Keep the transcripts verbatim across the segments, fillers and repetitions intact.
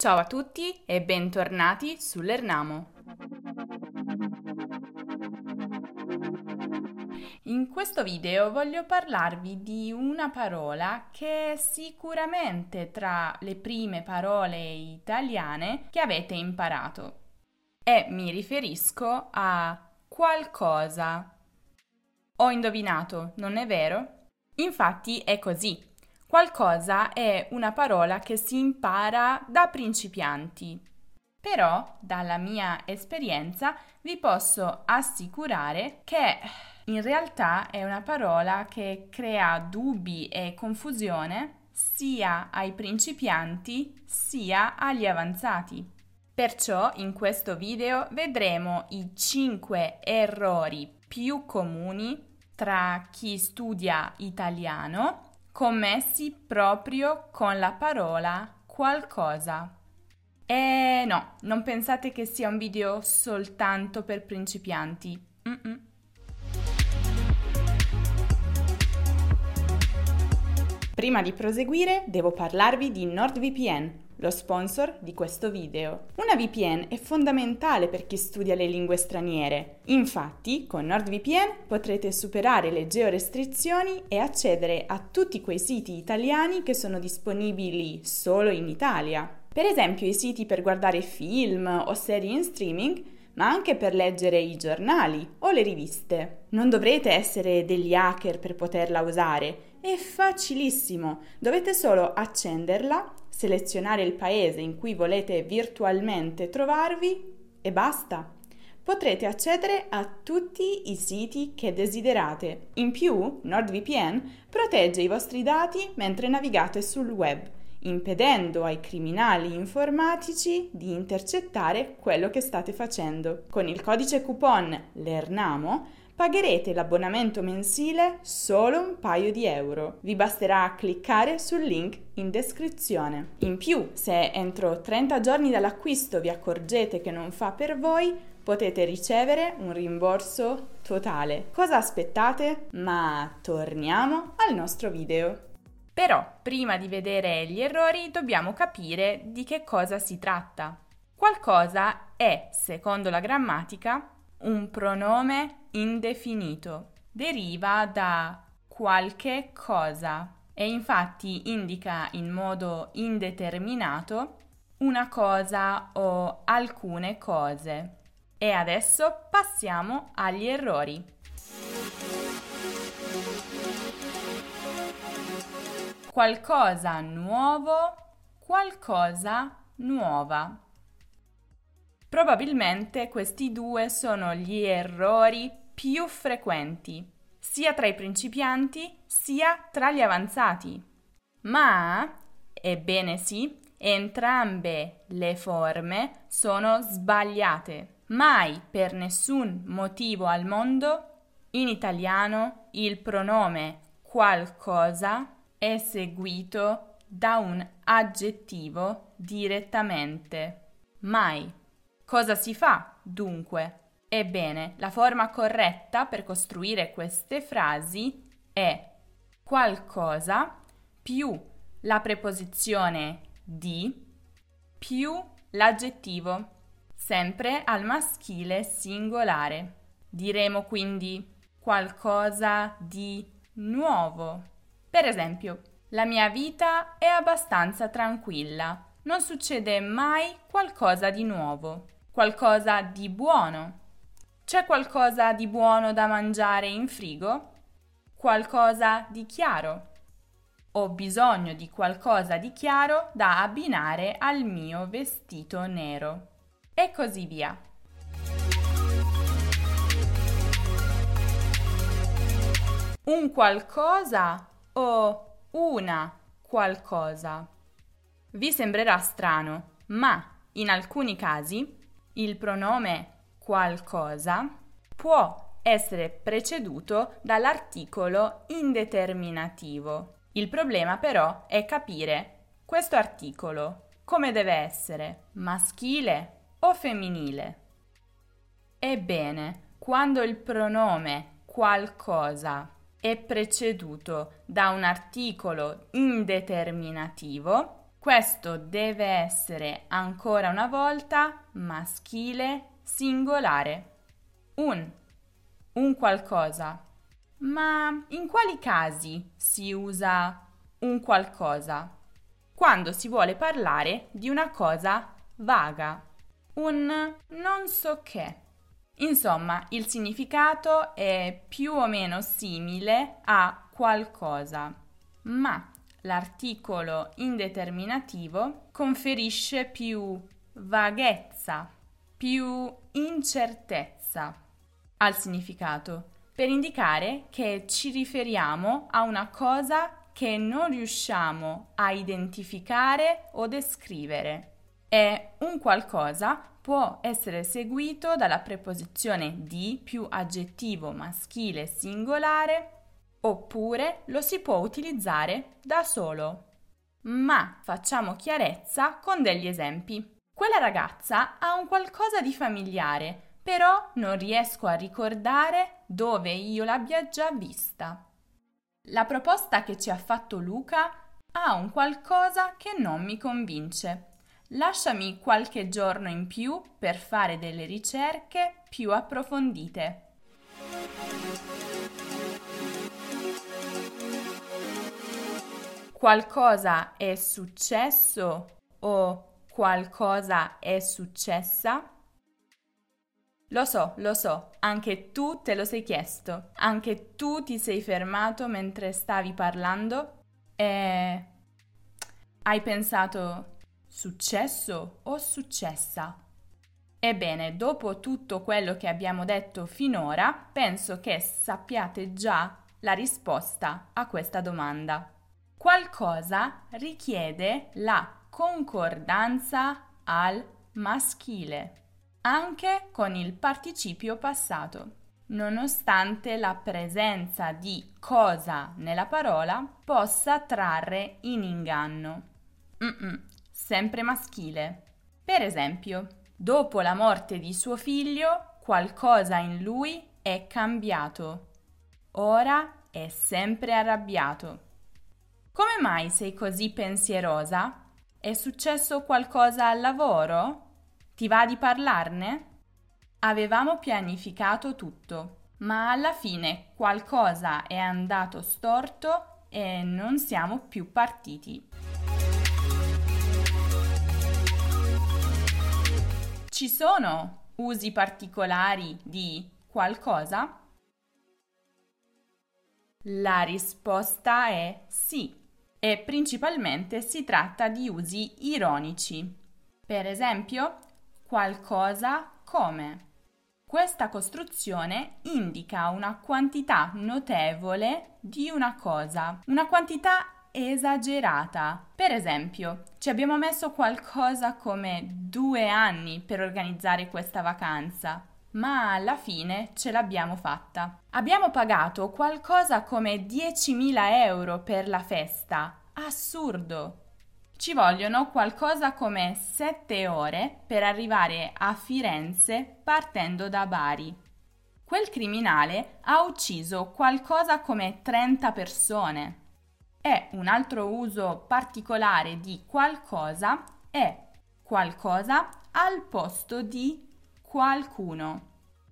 Ciao a tutti e bentornati sull'Ernamo. In questo video voglio parlarvi di una parola che è sicuramente tra le prime parole italiane che avete imparato e mi riferisco a qualcosa. Ho indovinato, non è vero? Infatti è così. Qualcosa è una parola che si impara da principianti. Però, dalla mia esperienza, vi posso assicurare che in realtà è una parola che crea dubbi e confusione sia ai principianti sia agli avanzati. Perciò in questo video vedremo i cinque errori più comuni tra chi studia italiano commessi proprio con la parola qualcosa. E no, non pensate che sia un video soltanto per principianti. Mm-mm. Prima di proseguire, devo parlarvi di NordVPN, lo sponsor di questo video. Una V P N è fondamentale per chi studia le lingue straniere. Infatti, con NordVPN potrete superare le georestrizioni e accedere a tutti quei siti italiani che sono disponibili solo in Italia. Per esempio i siti per guardare film o serie in streaming, ma anche per leggere i giornali o le riviste. Non dovrete essere degli hacker per poterla usare. È facilissimo, dovete solo accenderla, selezionare il paese in cui volete virtualmente trovarvi e basta. Potrete accedere a tutti i siti che desiderate. In più, NordVPN protegge i vostri dati mentre navigate sul web, impedendo ai criminali informatici di intercettare quello che state facendo. Con il codice coupon LERNAMO pagherete l'abbonamento mensile solo un paio di euro. Vi basterà cliccare sul link in descrizione. In più, se entro trenta giorni dall'acquisto vi accorgete che non fa per voi, potete ricevere un rimborso totale. Cosa aspettate? Ma torniamo al nostro video. Però, prima di vedere gli errori, dobbiamo capire di che cosa si tratta. Qualcosa è, secondo la grammatica, un pronome indefinito. Deriva da qualche cosa e infatti indica in modo indeterminato una cosa o alcune cose. E adesso passiamo agli errori. Qualcosa nuovo, qualcosa nuova. Probabilmente questi due sono gli errori più frequenti, sia tra i principianti sia tra gli avanzati. Ma, ebbene sì, entrambe le forme sono sbagliate. Mai, per nessun motivo al mondo, in italiano il pronome qualcosa è seguito da un aggettivo direttamente. Mai. Cosa si fa, dunque? Ebbene, la forma corretta per costruire queste frasi è qualcosa più la preposizione di più l'aggettivo, sempre al maschile singolare. Diremo quindi qualcosa di nuovo. Per esempio, la mia vita è abbastanza tranquilla. Non succede mai qualcosa di nuovo. Qualcosa di buono. C'è qualcosa di buono da mangiare in frigo? Qualcosa di chiaro. Ho bisogno di qualcosa di chiaro da abbinare al mio vestito nero. E così via. Un qualcosa o una qualcosa? Vi sembrerà strano, ma in alcuni casi il pronome qualcosa può essere preceduto dall'articolo indeterminativo. Il problema però è capire questo articolo come deve essere, maschile o femminile. Ebbene, quando il pronome qualcosa è preceduto da un articolo indeterminativo, Questo deve essere ancora una volta maschile singolare. Un, un qualcosa. Ma in quali casi si usa un qualcosa? Quando si vuole parlare di una cosa vaga, un non so che. Insomma, il significato è più o meno simile a qualcosa, ma l'articolo indeterminativo conferisce più vaghezza, più incertezza al significato, per indicare che ci riferiamo a una cosa che non riusciamo a identificare o descrivere. E un qualcosa può essere seguito dalla preposizione di più aggettivo maschile singolare, oppure lo si può utilizzare da solo. Ma facciamo chiarezza con degli esempi. Quella ragazza ha un qualcosa di familiare, però non riesco a ricordare dove io l'abbia già vista. La proposta che ci ha fatto Luca ha un qualcosa che non mi convince. Lasciami qualche giorno in più per fare delle ricerche più approfondite. Qualcosa è successo o qualcosa è successa? Lo so, lo so, anche tu te lo sei chiesto, anche tu ti sei fermato mentre stavi parlando e hai pensato successo o successa? Ebbene, dopo tutto quello che abbiamo detto finora, penso che sappiate già la risposta a questa domanda. Qualcosa richiede la concordanza al maschile, anche con il participio passato, nonostante la presenza di cosa nella parola possa trarre in inganno. Mm-mm, sempre maschile. Per esempio, dopo la morte di suo figlio, qualcosa in lui è cambiato. Ora è sempre arrabbiato. Come mai sei così pensierosa? È successo qualcosa al lavoro? Ti va di parlarne? Avevamo pianificato tutto, ma alla fine qualcosa è andato storto e non siamo più partiti. Ci sono usi particolari di qualcosa? La risposta è sì, e principalmente si tratta di usi ironici. Per esempio, qualcosa come. Questa costruzione indica una quantità notevole di una cosa, una quantità esagerata. Per esempio, ci abbiamo messo qualcosa come due anni per organizzare questa vacanza, ma alla fine ce l'abbiamo fatta. Abbiamo pagato qualcosa come diecimila euro per la festa. Assurdo! Ci vogliono qualcosa come sette ore per arrivare a Firenze partendo da Bari. Quel criminale ha ucciso qualcosa come trenta persone. E un altro uso particolare di qualcosa è qualcosa al posto di qualcuno.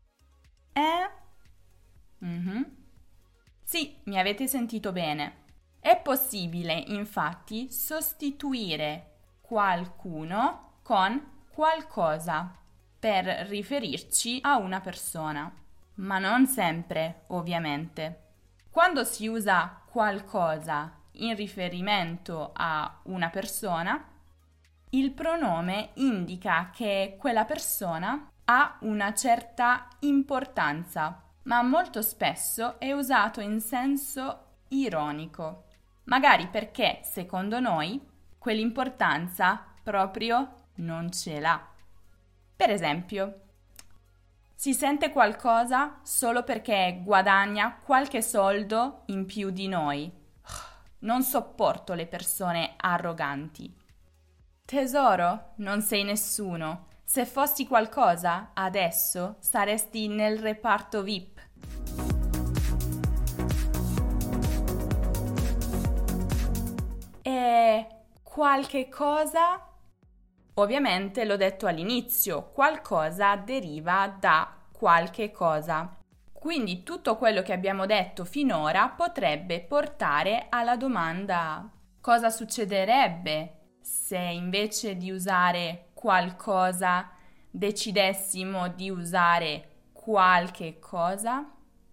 Eh? Mm-hmm. Sì, mi avete sentito bene. È possibile, infatti, sostituire qualcuno con qualcosa per riferirci a una persona, ma non sempre, ovviamente. Quando si usa qualcosa in riferimento a una persona, il pronome indica che quella persona ha una certa importanza, ma molto spesso è usato in senso ironico. Magari perché, secondo noi, quell'importanza proprio non ce l'ha. Per esempio, si sente qualcosa solo perché guadagna qualche soldo in più di noi. Non sopporto le persone arroganti. Tesoro, non sei nessuno. Se fossi qualcosa, adesso saresti nel reparto V I P. E qualche cosa? Ovviamente l'ho detto all'inizio, qualcosa deriva da qualche cosa. Quindi tutto quello che abbiamo detto finora potrebbe portare alla domanda: cosa succederebbe se invece di usare qualcosa decidessimo di usare qualche cosa?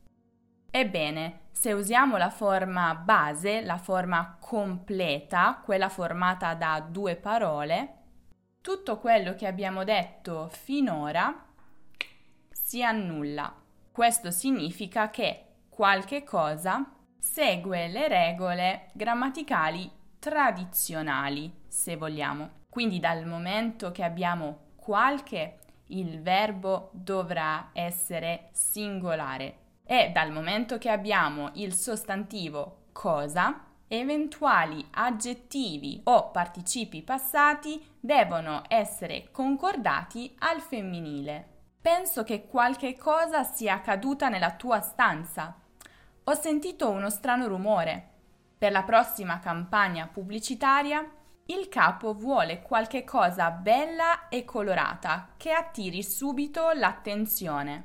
Ebbene, se usiamo la forma base, la forma completa, quella formata da due parole, tutto quello che abbiamo detto finora si annulla. Questo significa che qualche cosa segue le regole grammaticali tradizionali, se vogliamo. Quindi dal momento che abbiamo qualche, il verbo dovrà essere singolare. E dal momento che abbiamo il sostantivo cosa, eventuali aggettivi o participi passati devono essere concordati al femminile. Penso che qualche cosa sia caduta nella tua stanza. Ho sentito uno strano rumore. Per la prossima campagna pubblicitaria, il capo vuole qualche cosa bella e colorata che attiri subito l'attenzione.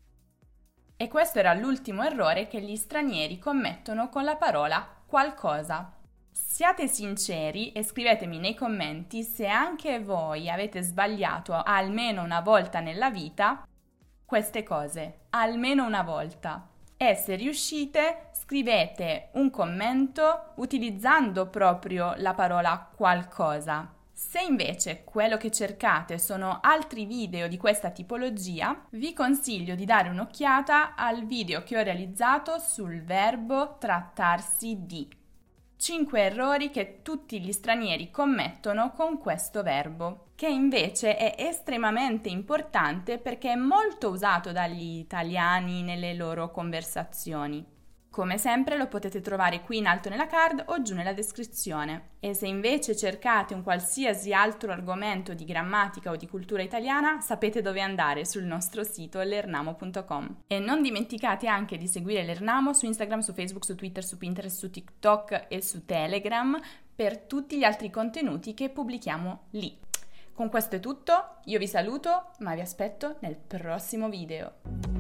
E questo era l'ultimo errore che gli stranieri commettono con la parola qualcosa. Siate sinceri e scrivetemi nei commenti se anche voi avete sbagliato almeno una volta nella vita queste cose, almeno una volta. E se riuscite, scrivete un commento utilizzando proprio la parola qualcosa. Se invece quello che cercate sono altri video di questa tipologia, vi consiglio di dare un'occhiata al video che ho realizzato sul verbo trattarsi di. cinque errori che tutti gli stranieri commettono con questo verbo, che invece è estremamente importante perché è molto usato dagli italiani nelle loro conversazioni. Come sempre lo potete trovare qui in alto nella card o giù nella descrizione. E se invece cercate un qualsiasi altro argomento di grammatica o di cultura italiana, sapete dove andare sul nostro sito lernamo punto com. E non dimenticate anche di seguire Lernamo su Instagram, su Facebook, su Twitter, su Pinterest, su TikTok e su Telegram per tutti gli altri contenuti che pubblichiamo lì. Con questo è tutto, io vi saluto, ma vi aspetto nel prossimo video.